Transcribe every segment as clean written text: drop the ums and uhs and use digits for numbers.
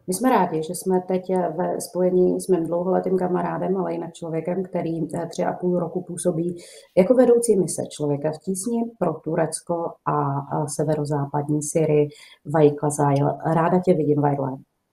My jsme rádi, že jsme teď ve spojení s mým dlouholetým kamarádem, ale jinak člověkem, který 3,5 roku působí jako vedoucí mise Člověka v tísni pro Turecko a severozápadní Syrii, Vajkla Zájel. Ráda tě vidím, Vajkle.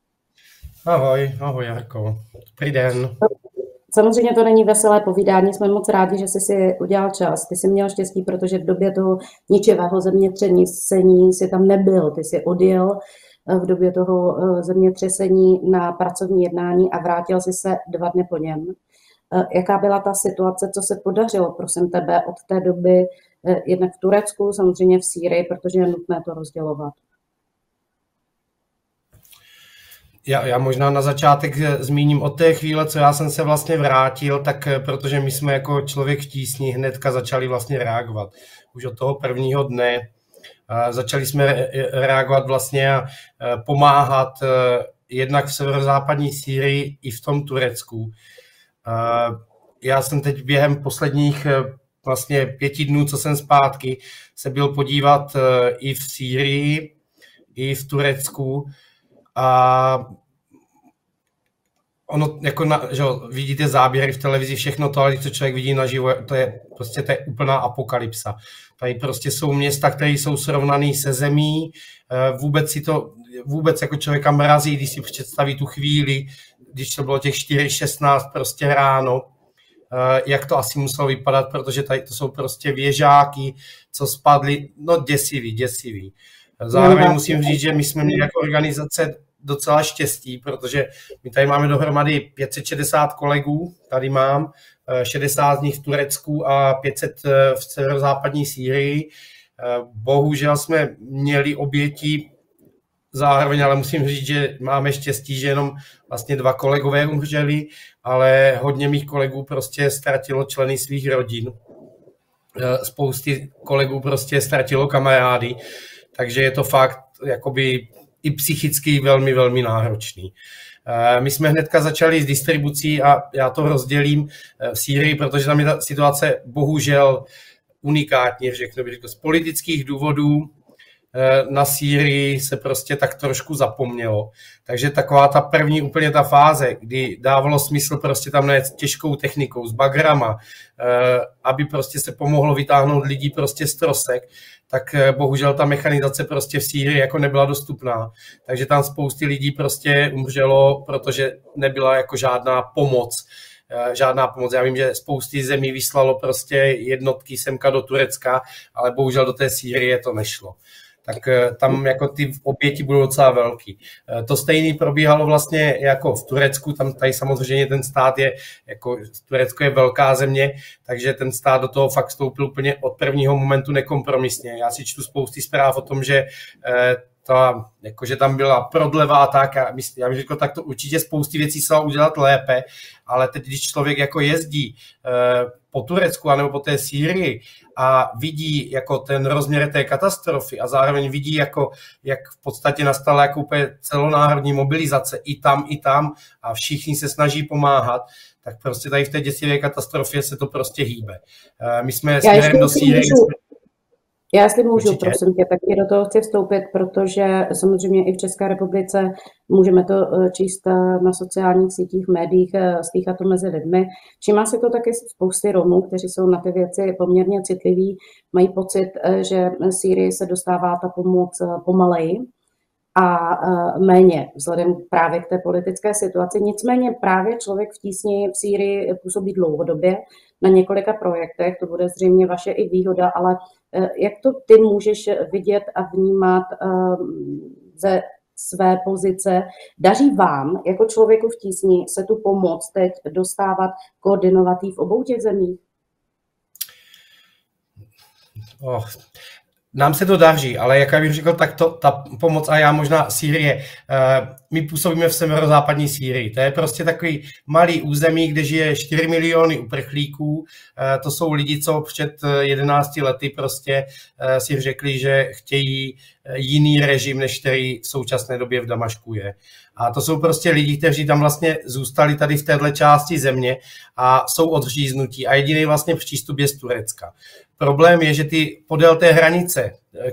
Ahoj Jarko. Dobrý den. Samozřejmě to není veselé povídání, jsme moc rádi, že jsi si udělal čas. Ty jsi měl štěstí, protože v době toho ničivého zemětřesení jsi tam nebyl, ty jsi odjel v době toho zemětřesení na pracovní jednání a vrátil jsi se 2 dny po něm. Jaká byla ta situace, co se podařilo, prosím tebe, od té doby jednak v Turecku, samozřejmě v Sýrii, protože je nutné to rozdělovat? Já možná na začátek zmíním od té chvíle, co já jsem se vlastně vrátil, tak protože my jsme jako Člověk v tísni hnedka začali vlastně reagovat. Už od toho prvního dne začali jsme reagovat vlastně a pomáhat jednak v severozápadní Sýrii i v tom Turecku. Já jsem teď během posledních vlastně 5 dnů, co jsem zpátky, se byl podívat i v Sýrii, i v Turecku. A ono, jako že vidíte záběry v televizi, všechno to, ale když to člověk vidí naživo, to je úplná apokalypsa. Tady prostě jsou města, které jsou srovnané se zemí, vůbec jako člověka mrazí, když si představí tu chvíli, když to bylo těch 4:16 prostě ráno, jak to asi muselo vypadat, protože tady to jsou prostě věžáky, co spadly, no děsivý. Zároveň musím říct, že my jsme měli jako organizace docela štěstí, protože my tady máme dohromady 560 kolegů, tady mám 60 z nich v Turecku a 500 v severozápadní Sýrii. Bohužel jsme měli oběti zároveň, ale musím říct, že máme štěstí, že jenom vlastně 2 kolegové umřeli, ale hodně mých kolegů prostě ztratilo členy svých rodin. Spousty kolegů prostě ztratilo kamarády. Takže je to fakt jakoby i psychicky velmi, velmi náročný. My jsme hnedka začali s distribucí a já to rozdělím v Sýrii, protože tam je ta situace bohužel unikátní, řeknu bych, z politických důvodů na Sýrii se prostě tak trošku zapomnělo. Takže taková ta první úplně ta fáze, kdy dávalo smysl prostě tam najet těžkou technikou, s bagrama, aby prostě se pomohlo vytáhnout lidí prostě z trosek, tak bohužel ta mechanizace prostě v Sýrii jako nebyla dostupná. Takže tam spousty lidí prostě umřelo, protože nebyla jako žádná pomoc. Já vím, že spousty zemí vyslalo prostě jednotky semka do Turecka, ale bohužel do té Sýrie to nešlo. Tak tam jako ty oběti budou docela velký. To stejné probíhalo vlastně jako v Turecku, tady samozřejmě ten stát je, jako Turecko je velká země, takže ten stát do toho fakt vstoupil úplně od prvního momentu nekompromisně. Já si čtu spousty zpráv o tom, že že tam byla prodleva, tak já bych řekl, tak to určitě spousty věcí se dalo udělat lépe, ale teď, když člověk jako jezdí po Turecku anebo po té Sýrii a vidí jako ten rozměr té katastrofy a zároveň vidí, jak v podstatě nastala jako úplně celonárodní mobilizace i tam a všichni se snaží pomáhat, tak prostě tady v té děsivé katastrofě se to prostě hýbe. My jsme směrem do Sýrie... Já jestli můžu, prosím tě, tak i do toho chci vstoupit, protože samozřejmě i v České republice můžeme to číst na sociálních sítích, médiích, slýchat to mezi lidmi. Všimá si to taky spousty Romů, kteří jsou na ty věci poměrně citliví, mají pocit, že Sýrii se dostává ta pomoc pomaleji a méně vzhledem právě k té politické situaci. Nicméně právě Člověk v tísni v Sýrii působí dlouhodobě na několika projektech, to bude zřejmě vaše i výhoda, ale jak to ty můžeš vidět a vnímat ze své pozice? Daří vám, jako Člověku v tísni, se tu pomoc teď dostávat, koordinovat v obou těch zemích? Nám se to daří, ale jak bych řekl, tak ta pomoc a já možná Sýrie, my působíme v severozápadní Sýrii. To je prostě takový malý území, kde žije 4 miliony uprchlíků. To jsou lidi, co před 11 lety prostě si řekli, že chtějí jiný režim, než který v současné době v Damašku je. A to jsou prostě lidi, kteří tam vlastně zůstali tady v této části země a jsou odříznutí a jediný vlastně přístup je z Turecka. Problém je, že ty podél té hranice,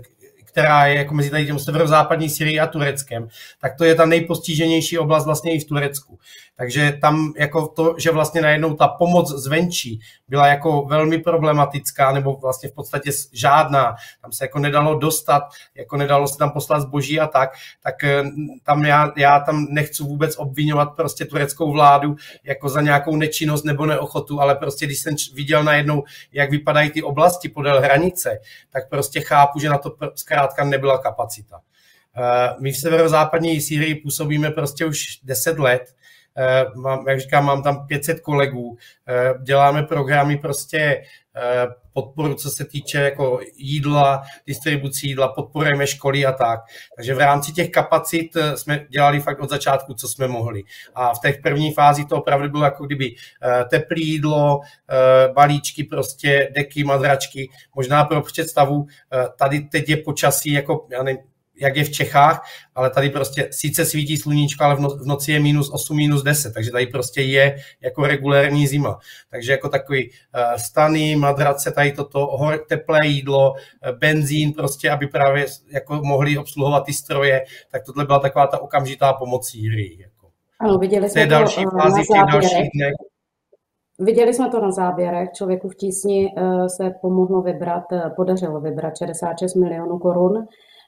která je jako mezi tady tím severozápadní Syrií a Tureckem, tak to je ta nejpostiženější oblast vlastně i v Turecku. Takže tam jako to, že vlastně najednou ta pomoc zvenčí byla jako velmi problematická, nebo vlastně v podstatě žádná, tam se jako nedalo dostat, jako nedalo se tam poslat zboží a tak tam já tam nechci vůbec obvinovat prostě tureckou vládu jako za nějakou nečinnost nebo neochotu, ale prostě když jsem viděl najednou, jak vypadají ty oblasti podél hranice, tak prostě chápu, že na to zkrátka nebyla kapacita. My v severozápadní Sýrii působíme prostě už 10 let, jak říkám, mám tam 500 kolegů, děláme programy prostě podporu, co se týče jako jídla, distribucí jídla, podporujeme školy a tak. Takže v rámci těch kapacit jsme dělali fakt od začátku, co jsme mohli. A v té první fázi to opravdu bylo jako kdyby teplé jídlo, balíčky prostě, deky, madračky. Možná pro představu, tady teď je počasí jako, já nevím, jak je v Čechách, ale tady prostě sice svítí sluníčko, ale v noci je -8, -10, takže tady prostě je jako regulérní zima. Takže jako takový stany, madrace, tady toto, teplé jídlo, benzín prostě, aby právě jako mohli obsluhovat ty stroje, tak tohle byla taková ta okamžitá pomoc Sýrii. Jako. Ano, viděli jsme další fázi v těch dalších dnech. Viděli jsme to na záběrech. Člověku v tísni se podařilo vybrat 66 milionů korun.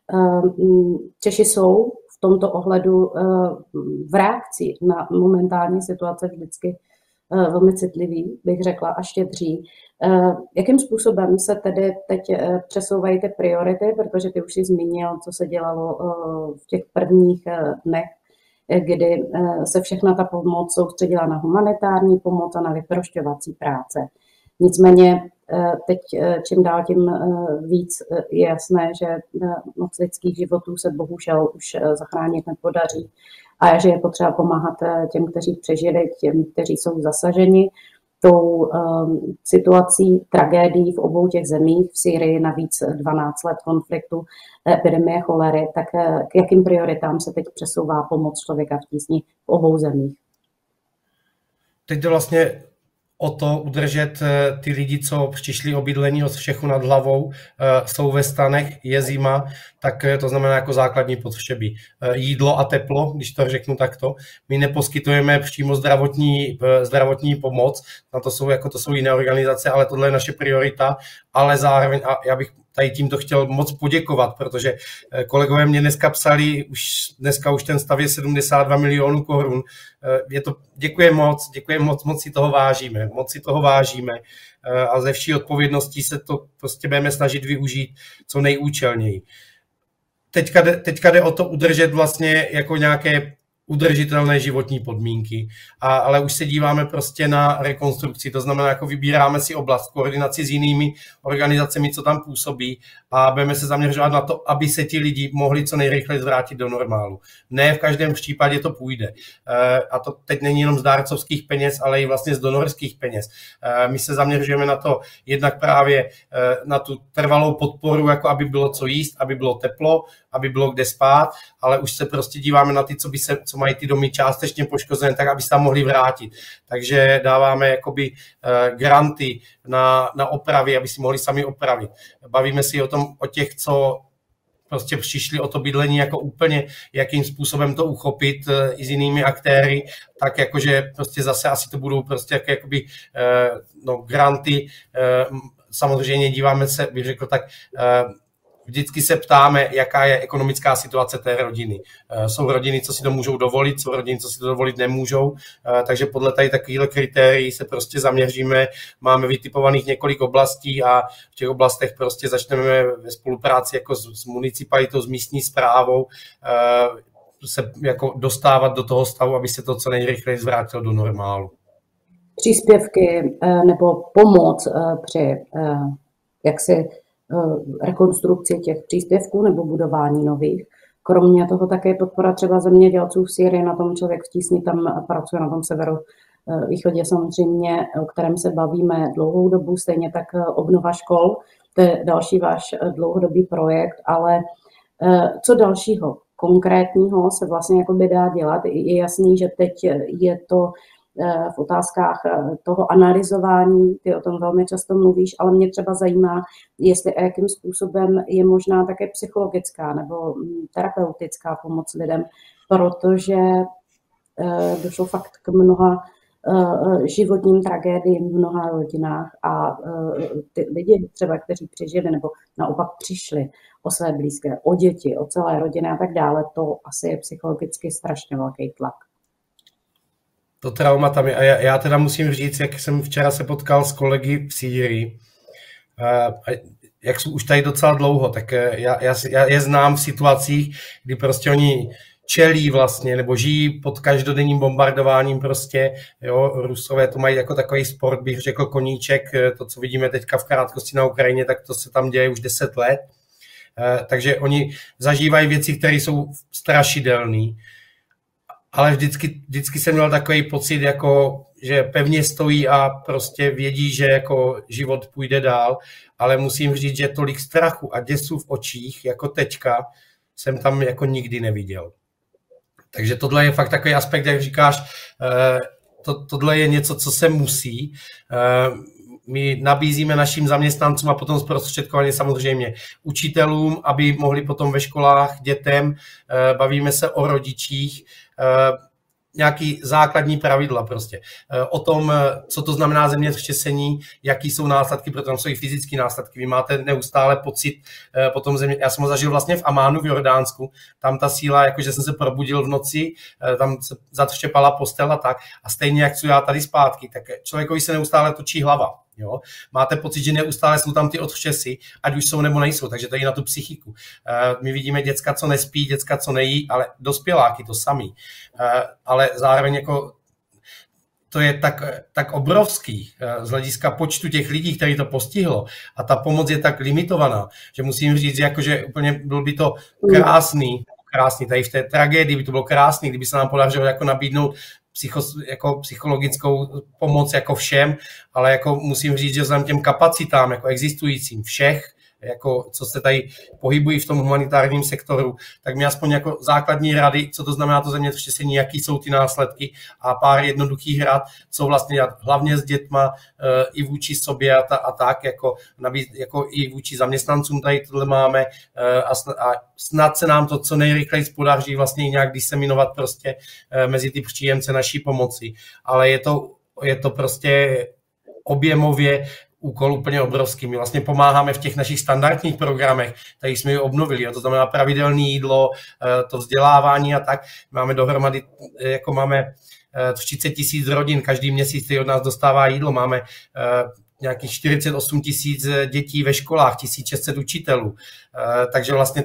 Češi jsou v tomto ohledu v reakci na momentální situace vždycky velmi citliví, bych řekla, a štědří. Jakým způsobem se tedy teď přesouvají ty priority, protože ty už jsi zmínil, co se dělalo v těch prvních dnech, kdy se všechna ta pomoc soustředila na humanitární pomoc a na vyprošťovací práce. Nicméně teď čím dál tím víc je jasné, že moc lidských životů se bohužel už zachránit nepodaří a že je potřeba pomáhat těm, kteří přežili, těm, kteří jsou zasaženi tou situací, tragédií v obou těch zemích, v Sýrii navíc 12 let konfliktu, epidemie cholery, tak k jakým prioritám se teď přesouvá pomoc člověka v tísni v obou zemích? Teď jde vlastně o to udržet ty lidi, co přišli o bydlení, od všechu nad hlavou, jsou ve stanech, je zima, tak to znamená jako základní potřeby. Jídlo a teplo, když to řeknu takto. My neposkytujeme přímo zdravotní pomoc, na to jsou jiné organizace, ale tohle je naše priorita, ale zároveň, a já bych tady tímto chtěl moc poděkovat, protože kolegové mě dneska psali, dneska už ten stav je 72 milionů korun. Děkuji moc si toho vážíme a ze vší odpovědností se to prostě budeme snažit využít co nejúčelněji. Teďka jde o to udržet vlastně jako nějaké udržitelné životní podmínky, ale už se díváme prostě na rekonstrukci, to znamená, jako vybíráme si oblast, koordinaci s jinými organizacemi, co tam působí a budeme se zaměřovat na to, aby se ti lidi mohli co nejrychleji zvrátit do normálu. Ne v každém případě to půjde. A to teď není jenom z dárcovských peněz, ale i vlastně z donorských peněz. My se zaměřujeme na to jednak právě na tu trvalou podporu, jako aby bylo co jíst, aby bylo teplo, aby bylo kde spát, ale už se prostě díváme na ty, co mají ty domy částečně poškozené, tak aby se tam mohli vrátit. Takže dáváme jakoby granty na opravy, aby si mohli sami opravit. Bavíme si o těch, co prostě přišli o to bydlení jako úplně, jakým způsobem to uchopit i s jinými aktéry, tak jakože prostě zase asi to budou prostě jakoby granty. Samozřejmě díváme se, bych řekl tak, vždycky se ptáme, jaká je ekonomická situace té rodiny. Jsou rodiny, co si to můžou dovolit, jsou rodiny, co si to dovolit nemůžou, takže podle tady takovýchhle kritérií se prostě zaměříme. Máme vytipovaných několik oblastí a v těch oblastech prostě začneme ve spolupráci jako s municipalitou, s místní správou se jako dostávat do toho stavu, aby se to co nejrychleji zvrátilo do normálu. Příspěvky nebo pomoc při jaksi rekonstrukci těch příspěvků nebo budování nových. Kromě toho také podpora třeba zemědělců v Sýrii, na tom člověk v tísni tam pracuje, na tom severovýchodě samozřejmě, o kterém se bavíme dlouhou dobu, stejně tak obnova škol, to je další váš dlouhodobý projekt, ale co dalšího konkrétního se vlastně jakoby dá dělat? Je jasný, že teď je to v otázkách toho analyzování, ty o tom velmi často mluvíš, ale mě třeba zajímá, jestli a jakým způsobem je možná také psychologická nebo terapeutická pomoc lidem, protože došlo fakt k mnoha životním tragédiím v mnoha rodinách a ty lidi třeba, kteří přežili nebo naopak přišli o své blízké, o děti, o celé rodiny a tak dále, to asi je psychologicky strašně velký tlak. To trauma tam je. A já teda musím říct, jak jsem včera se potkal s kolegy v Sýrii, jak jsou už tady docela dlouho, tak já je znám v situacích, kdy prostě oni čelí vlastně, nebo žijí pod každodenním bombardováním prostě, jo, Rusové to mají jako takový sport, bych řekl koníček, to, co vidíme teďka v krátkosti na Ukrajině, tak to se tam děje už 10 let, takže oni zažívají věci, které jsou strašidelné, ale vždycky jsem měl takový pocit, jako, že pevně stojí a prostě vědí, že jako život půjde dál, ale musím říct, že tolik strachu a děsu v očích, jako teďka, jsem tam jako nikdy neviděl. Takže tohle je fakt takový aspekt, jak říkáš, tohle je něco, co se musí. My nabízíme našim zaměstnancům a potom zprostředkovaně samozřejmě učitelům, aby mohli potom ve školách dětem, bavíme se o rodičích, nějaký základní pravidla prostě. O tom, co to znamená zemětřesení, jaký jsou následky, protože tam jsou i fyzické následky. Vy máte neustále pocit potom já jsem ho zažil vlastně v Amánu v Jordánsku, tam ta síla, jakože jsem se probudil v noci, tam se zatřepala postel a tak, a stejně jak co já tady zpátky, tak člověkovi se neustále točí hlava. Jo? Máte pocit, že neustále jsou tam ty otřesy, ať už jsou nebo nejsou, takže to je na tu psychiku. My vidíme děcka, co nespí, děcka, co nejí, ale dospěláky to samý. Ale zároveň jako to je tak obrovský z hlediska počtu těch lidí, který to postihlo, a ta pomoc je tak limitovaná, že musím říct, jako, že úplně byl by to krásný, tady v té tragédii by to bylo krásný, kdyby se nám podařilo jako nabídnout jako psychologickou pomoc jako všem, ale jako musím říct, že vzhledem těm kapacitám jako existujícím všech, jako co se tady pohybují v tom humanitárním sektoru, tak mi aspoň jako základní rady, co to znamená to zemětřesení, jaký jsou ty následky a pár jednoduchých rad, co vlastně dělat hlavně s dětma i vůči sobě a tak, jako i vůči zaměstnancům tady tohle máme a snad se nám to co nejrychleji podaří vlastně nějak diseminovat prostě mezi ty příjemce naší pomoci, ale je to prostě objemově úkol úplně obrovský. My vlastně pomáháme v těch našich standardních programech, tady jsme ji obnovili, to znamená pravidelné jídlo, to vzdělávání a tak. Máme dohromady, jako máme 30 000 rodin, každý měsíc, který od nás dostává jídlo, máme nějakých 48 000 dětí ve školách, 1600 učitelů. Takže vlastně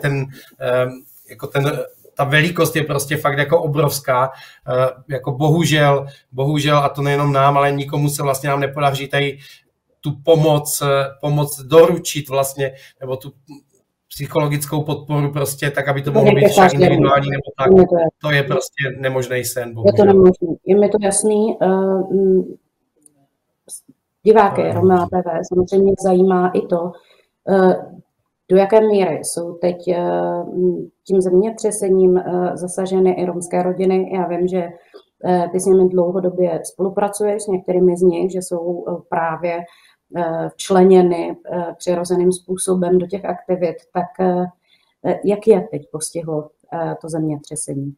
ta velikost je prostě fakt jako obrovská, jako bohužel, a to nejenom nám, ale nikomu se vlastně nám nepodaří tady tu pomoc doručit vlastně, nebo tu psychologickou podporu prostě tak, aby to mohlo být však individuální, nebo tak. To je prostě nemožný sen. Bohužel. Je to nemožný. Je mi to jasný. Diváky Romea TV samozřejmě zajímá i to, do jaké míry jsou teď tím zemětřesením zasaženy i romské rodiny. Já vím, že ty s nimi dlouhodobě spolupracuješ s některými z nich, že jsou právě včleněny přirozeným způsobem do těch aktivit, tak jak je teď postihlo to zemětřesení?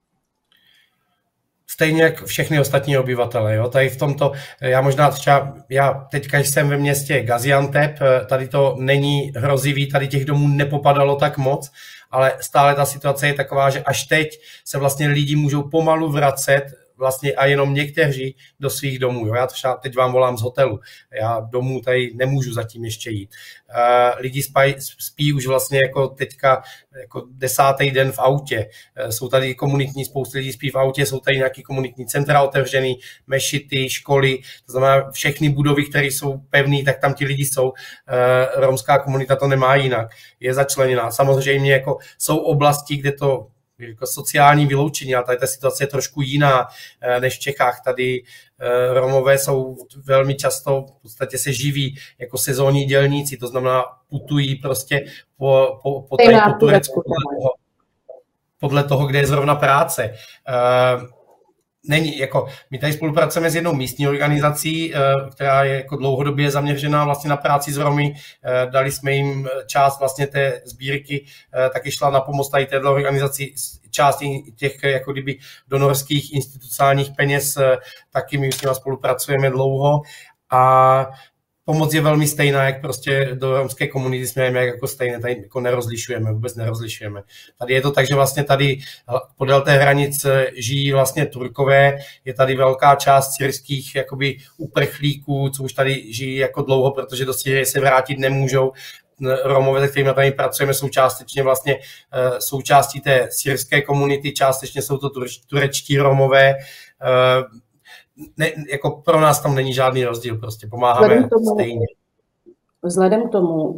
Stejně jak všechny ostatní obyvatele. Jo? Tady v tomto, já teďka jsem ve městě Gaziantep, tady to není hrozivý, tady těch domů nepopadalo tak moc, ale stále ta situace je taková, že až teď se vlastně lidi můžou pomalu vracet vlastně a jenom někteří do svých domů. Jo? Já třeba teď vám volám z hotelu, já domů tady nemůžu zatím ještě jít. Lidi spí už vlastně jako teďka jako 10. den v autě. Jsou tady komunitní, spoustu lidí spí v autě, jsou tady nějaký komunitní centra otevřený, mešity, školy, to znamená všechny budovy, které jsou pevné, tak tam ti lidi jsou. Romská komunita to nemá jinak, je začleněná. Samozřejmě jako jsou oblasti, kde to jako sociální vyloučení, ale tady ta situace je trošku jiná než v Čechách. Tady Romové jsou velmi často, v podstatě se živí jako sezónní dělníci, to znamená putují prostě po Turecku podle toho, kde je zrovna práce. není, jako my tady spolupracujeme s jednou místní organizací, která je jako dlouhodobě zaměřená vlastně na práci s Romy. Dali jsme jim část vlastně té sbírky, taky šla na pomoc tady této organizaci, část těch jako kdyby donorských institucionálních peněz, taky my s nimi spolupracujeme dlouho a pomoc je velmi stejná, jak prostě do romské komunity jsme jako stejné, tady jako nerozlišujeme, vůbec nerozlišujeme. Tady je to tak, že vlastně tady podél té hranice žijí vlastně Turkové, je tady velká část syrských jakoby uprchlíků, co už tady žijí jako dlouho, protože do Sýrie se vrátit nemůžou. Romové, se kterými tady pracujeme, jsou částečně vlastně součástí té syrské komunity, částečně jsou to turečtí Romové. Ne, jako pro nás tam není žádný rozdíl, prostě pomáháme stejně. Vzhledem k tomu,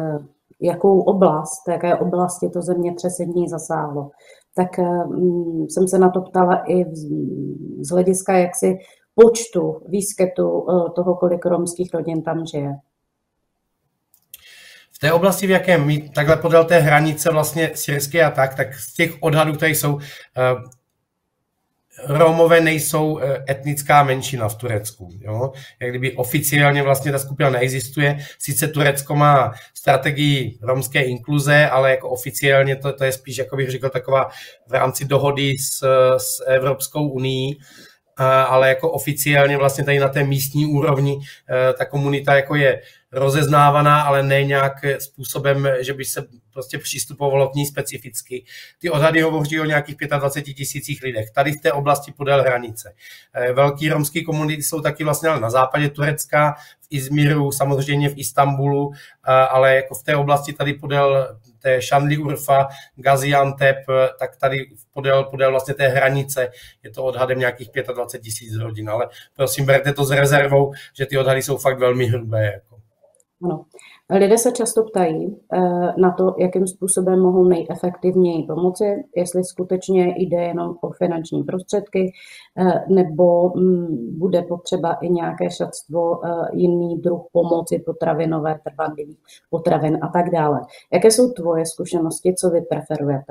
jaké oblasti to zemětřesení zasáhlo, tak jsem se na to ptala i z hlediska jaksi počtu, výskytu toho, kolik romských rodin tam žije. V té oblasti, v jaké my takhle podél té hranice vlastně syrské a tak z těch odhadů, které jsou, Romové nejsou etnická menšina v Turecku. Jo? Jak kdyby oficiálně vlastně ta skupina neexistuje. Sice Turecko má strategii romské inkluze, ale jako oficiálně to je spíš, jako bych řekl, taková v rámci dohody s Evropskou unií, ale jako oficiálně vlastně tady na té místní úrovni ta komunita jako je rozeznávaná, ale ne nějak způsobem, že by se prostě přistupovalo k ní specificky. Ty odhady hovoří o nějakých 25 000 lidech. Tady v té oblasti podél hranice. Velký romský komunity jsou taky vlastně na západě Turecka, v Izmiru, samozřejmě v Istanbulu, ale jako v té oblasti tady podél té Šanliurfa, Gaziantep, tak tady podél vlastně té hranice je to odhadem nějakých 25 000 rodin. Ale prosím, berte to s rezervou, že ty odhady jsou fakt velmi hrubé. Jako. Ano. Lidé se často ptají na to, jakým způsobem mohou nejefektivněji pomoci, jestli skutečně jde jenom o finanční prostředky, nebo bude potřeba i nějaké šatstvo, jiný druh pomoci, potravinové, trvanlivých potravin a tak dále. Jaké jsou tvoje zkušenosti, co vy preferujete?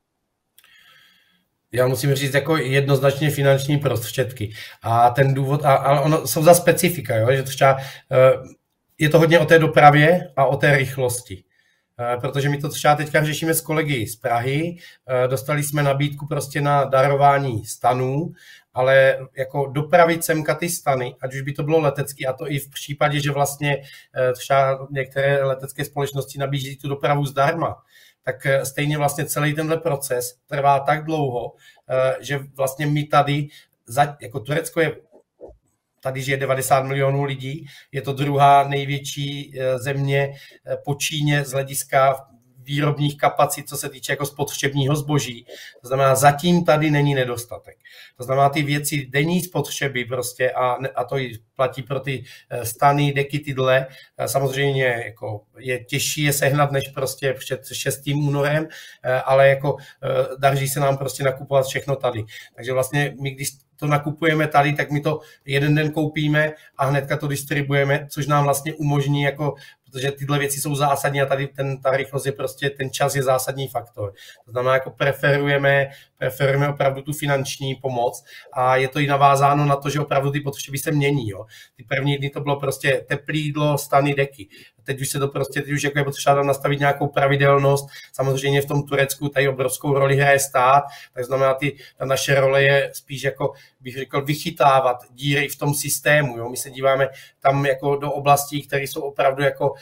Já musím říct jako jednoznačně finanční prostředky. A ten důvod, ale ono jsou za specifika, jo? Že třeba je to hodně o té dopravě a o té rychlosti. Protože my to třeba teďka řešíme s kolegy z Prahy, dostali jsme nabídku prostě na darování stanů, ale jako dopravit semka ty stany, ať už by to bylo letecky, a to i v případě, že vlastně třeba některé letecké společnosti nabízí tu dopravu zdarma, tak stejně vlastně celý tenhle proces trvá tak dlouho, že vlastně my tady, jako Turecko je tady žije 90 milionů lidí, je to druhá největší země po Číně z hlediska výrobních kapacit, co se týče jako spotřebního zboží. To znamená, zatím tady není nedostatek. To znamená, ty věci denní spotřeby prostě a to i platí pro ty stany, deky, tyhle. Samozřejmě jako je těžší je sehnat než prostě před 6. únorem, ale jako daří se nám prostě nakupovat všechno tady. Takže vlastně my, když to nakupujeme tady, tak my to jeden den koupíme a hnedka to distribuujeme, což nám vlastně umožní, jako, protože tyhle věci jsou zásadní a tady ta rychlost je prostě, ten čas je zásadní faktor. To znamená, jako preferujeme opravdu tu finanční pomoc a je to i navázáno na to, že opravdu ty potřeby se mění. Jo. Ty první dny to bylo prostě teplé jídlo, stany, deky. Teď už se to prostě, teď už jako je potřeba tam nastavit nějakou pravidelnost. Samozřejmě v tom Turecku tady obrovskou roli hraje stát, tak znamená, ta naše role je spíš jako, bych řekl, vychytávat díry v tom systému. Jo. My se díváme tam jako do oblastí, které jsou opravdu jako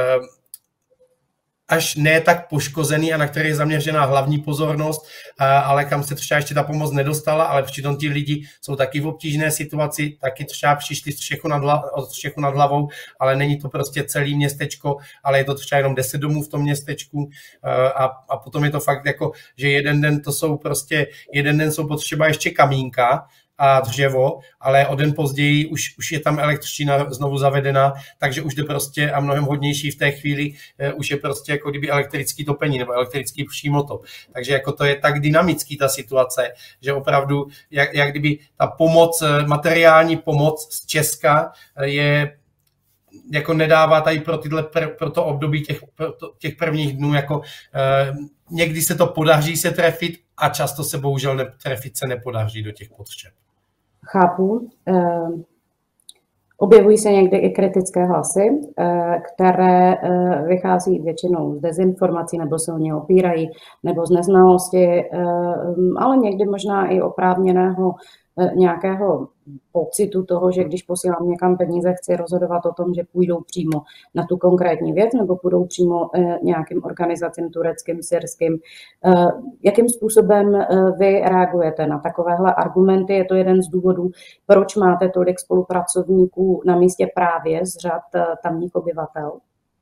až ne tak poškozený a na které je zaměřená hlavní pozornost, ale kam se třeba ještě ta pomoc nedostala, ale přitom ti lidi jsou taky v obtížné situaci, taky třeba přišli od střechu nad hlavou, ale není to prostě celý městečko, ale je to třeba jenom 10 domů v tom městečku a potom je to fakt jako, že jeden den jsou potřeba ještě kamínka a dřevo, ale o den později už je tam elektřina znovu zavedena, takže už jde prostě a mnohem hodnější v té chvíli už je prostě jako kdyby elektrický topení nebo elektrický přímotop. Takže jako to je tak dynamický ta situace, že opravdu jak kdyby ta pomoc, materiální pomoc z Česka je jako nedává tady pro to období těch prvních dnů, jako někdy se to podaří se trefit a často se bohužel trefit se nepodaří do těch potřeb. Chápu. Objevují se někdy i kritické hlasy, které vychází většinou z dezinformací nebo se o ně opírají, nebo z neznalosti, ale někdy možná i oprávněného nějakého pocitu toho, že když posílám někam peníze, chci rozhodovat o tom, že půjdou přímo na tu konkrétní věc nebo půjdou přímo nějakým organizacím tureckým, syrským. Jakým způsobem vy reagujete na takovéhle argumenty? Je to jeden z důvodů, proč máte tolik spolupracovníků na místě právě z řad tamních obyvatel?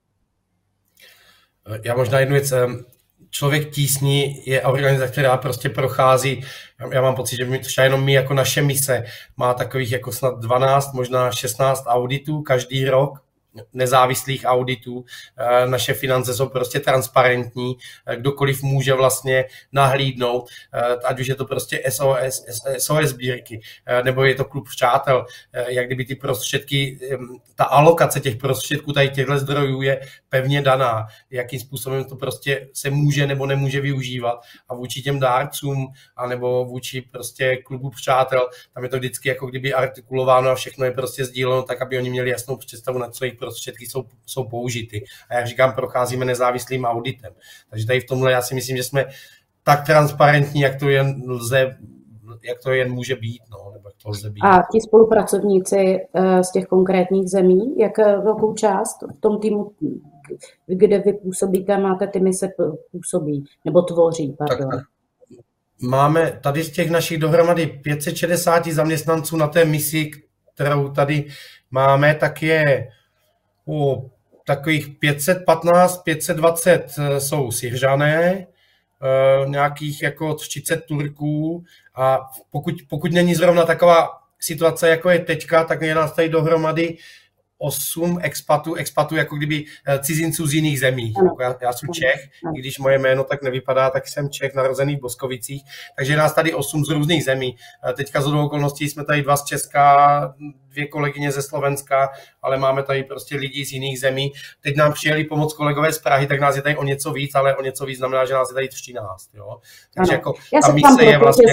Já možná jednu věc. Člověk tísní je organizace, která prostě prochází, já mám pocit, že třeba jenom my jako naše mise má takových jako snad 12, možná 16 auditů každý rok, nezávislých auditů. Naše finance jsou prostě transparentní, kdokoliv může vlastně nahlídnout, ať už je to prostě SOS sbírky, nebo je to klub přátel, jak kdyby ty prostředky, ta alokace těch prostředků tady těchto zdrojů je pevně daná, jakým způsobem to prostě se může nebo nemůže využívat a vůči těm dárcům, anebo vůči prostě klubu přátel, tam je to vždycky jako kdyby artikulováno a všechno je prostě sdíleno tak, aby oni měli jasnou představu, na co jejich prostředky jsou použity. A jak říkám, procházíme nezávislým auditem. Takže tady v tomhle já si myslím, že jsme tak transparentní, jak to jen může být. No, nebo jak to lze být. A ti spolupracovníci z těch konkrétních zemí, jak velkou část v tom týmu, kde vy působíte, máte ty mise působí, nebo tvoří, pardon. Tak. Máme tady z těch našich dohromady 560 zaměstnanců na té misi, kterou tady máme, tak je takových 515, 520 jsou Syřané, nějakých jako 30 Turků a pokud není zrovna taková situace, jako je teďka, tak je nás tady dohromady 8 expatů jako kdyby cizinců z jiných zemí. Já jsem Čech, i když moje jméno tak nevypadá, tak jsem Čech, narozený v Boskovicích, takže je nás tady 8 z různých zemí. Teďka z okolností jsme tady 2 z Česka, 2 kolegyně ze Slovenska, ale máme tady prostě lidi z jiných zemí. Teď nám přijeli pomoct kolegové z Prahy, tak nás je tady o něco víc, ale o něco víc znamená, že nás je tady 13. Jo? Takže jako ta mise je vlastně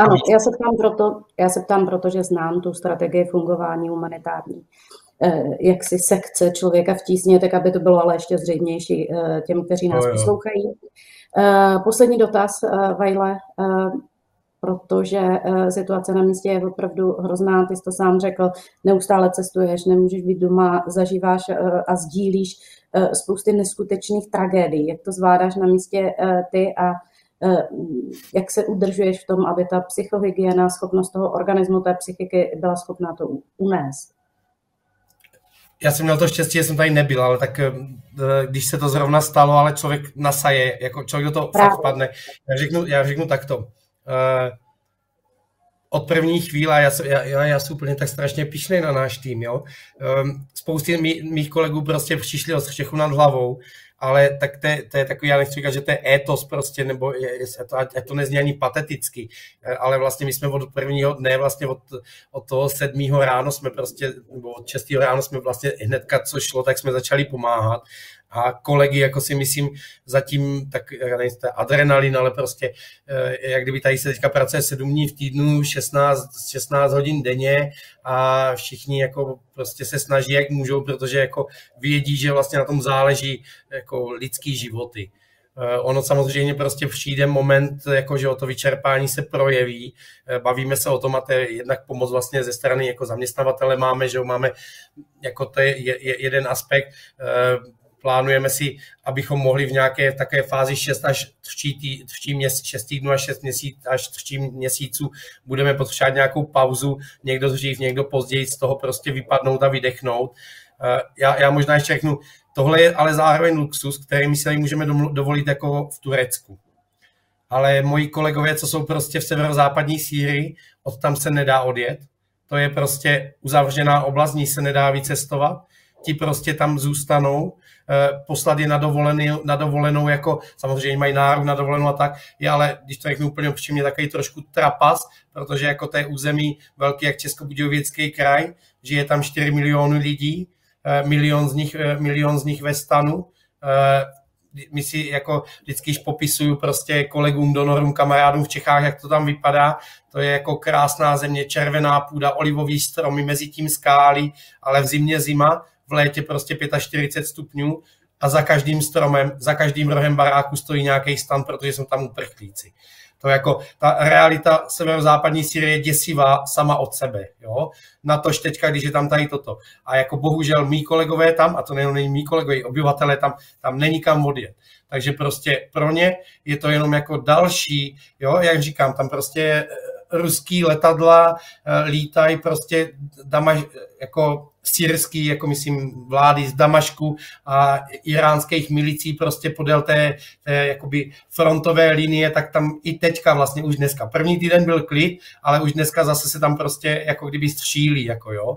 já se ptám, protože znám tu strategii fungování humanitární. Jak si sekce člověka v tísně, tak aby to bylo ale ještě zřejmější těm, kteří nás poslouchají. Poslední dotaz, Vajle, protože situace na místě je opravdu hrozná, ty jsi to sám řekl, neustále cestuješ, nemůžeš být doma, zažíváš a sdílíš spousty neskutečných tragédií. Jak to zvládáš na místě ty a jak se udržuješ v tom, aby ta psychohygiena, schopnost toho organismu, té psychiky byla schopná to unést? Já jsem měl to štěstí, že jsem tady nebyl, ale tak když se to zrovna stalo, ale člověk nasaje, jako člověk do toho fakt padne. Já řeknu takto. Od první chvíle, já jsem úplně tak strašně pyšnej na náš tým, jo. Spousty mých kolegů prostě přišli o střechu nad hlavou, ale tak to je takový, já nechci říkat, že to je étos prostě, nebo ať to nezní ani pateticky, ale vlastně my jsme od prvního dne, vlastně od toho 7. ráno jsme prostě, nebo od 6. ráno jsme vlastně hnedka, co šlo, tak jsme začali pomáhat. A kolegy, jako si myslím, zatím, tak nevím, to je adrenalin, ale prostě, jak kdyby tady se teďka pracuje 7 dní v týdnu, 16 hodin denně a všichni jako prostě se snaží, jak můžou, protože jako vědí, že vlastně na tom záleží jako lidský životy. Ono samozřejmě prostě přijde moment, jako že o to vyčerpání se projeví. Bavíme se o tom a to je jednak pomoc vlastně ze strany jako zaměstnavatele máme, že máme, jako to je jeden aspekt. Plánujeme si, abychom mohli v nějaké také fázi 6 týdnů až 3 měsíců budeme potřebovat nějakou pauzu, někdo dřív, někdo později z toho prostě vypadnout a vydechnout. Já možná ještě řeknu, tohle je ale zároveň luxus, který my si můžeme dovolit jako v Turecku. Ale moji kolegové, co jsou prostě v severozápadní Sýrii, odtam se nedá odjet. To je prostě uzavřená oblast, ní se nedá vycestovat. Ti prostě tam zůstanou, poslat je na dovolenou, jako samozřejmě mají nárok na dovolenou a tak, je ale, když to řeknu úplně upřímně, takový trošku trapas, protože jako to je území velký jak Českobudějovický kraj, žije tam 4 miliony lidí, milion z nich ve stanu, my si jako vždycky popisuju prostě kolegům, donorům, kamarádům v Čechách, jak to tam vypadá. To je jako krásná země, červená půda, olivový stromy, mezi tím skály, ale v zimě zima, v létě prostě 45 stupňů a za každým stromem, za každým rohem baráku stojí nějaký stan, protože jsou tam uprchlíci. To jako ta realita severozápadní Sýrie je děsivá sama od sebe. Jo? Natož teďka, když je tam tady toto. A jako bohužel mý kolegové tam, a to není mý kolegové, obyvatelé tam není kam odjet. Takže prostě pro ně je to jenom jako další, jo, jak říkám, tam prostě ruský letadla lítají prostě jako syrský, jako myslím vlády z Damašku a iránských milicí prostě podél té jakoby frontové linie, tak tam i teďka vlastně už dneska. První týden byl klid, ale už dneska zase se tam prostě jako kdyby střílí, jako jo.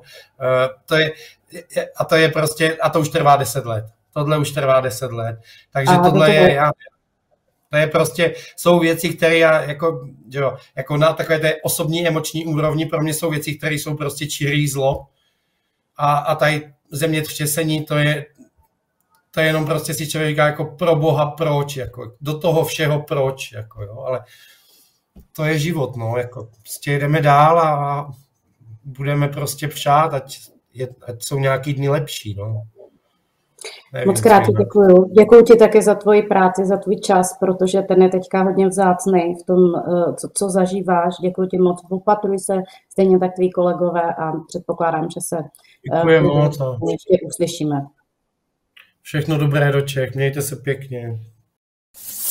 A to už trvá 10 let. Tohle už trvá 10 let. Takže tohle je... To je prostě, jsou věci, které já jako na takové té osobní emoční úrovni pro mě jsou věci, které jsou prostě čirý zlo. A tady zemětřesení, to je jenom prostě si člověk říká jako pro Boha proč, jako do toho všeho proč, jako jo, ale to je život, no, jako prostě jdeme dál a budeme prostě přát, ať jsou nějaký dny lepší, no. Nevím, moc krát ti děkuju. Děkuju ti také za tvoji práci, za tvůj čas, protože ten je teďka hodně vzácnej v tom, co zažíváš. Děkuju ti moc. Opatruj se, stejně tak tví kolegové a předpokládám, že se ještě uslyšíme. Všechno dobré do Čech, mějte se pěkně.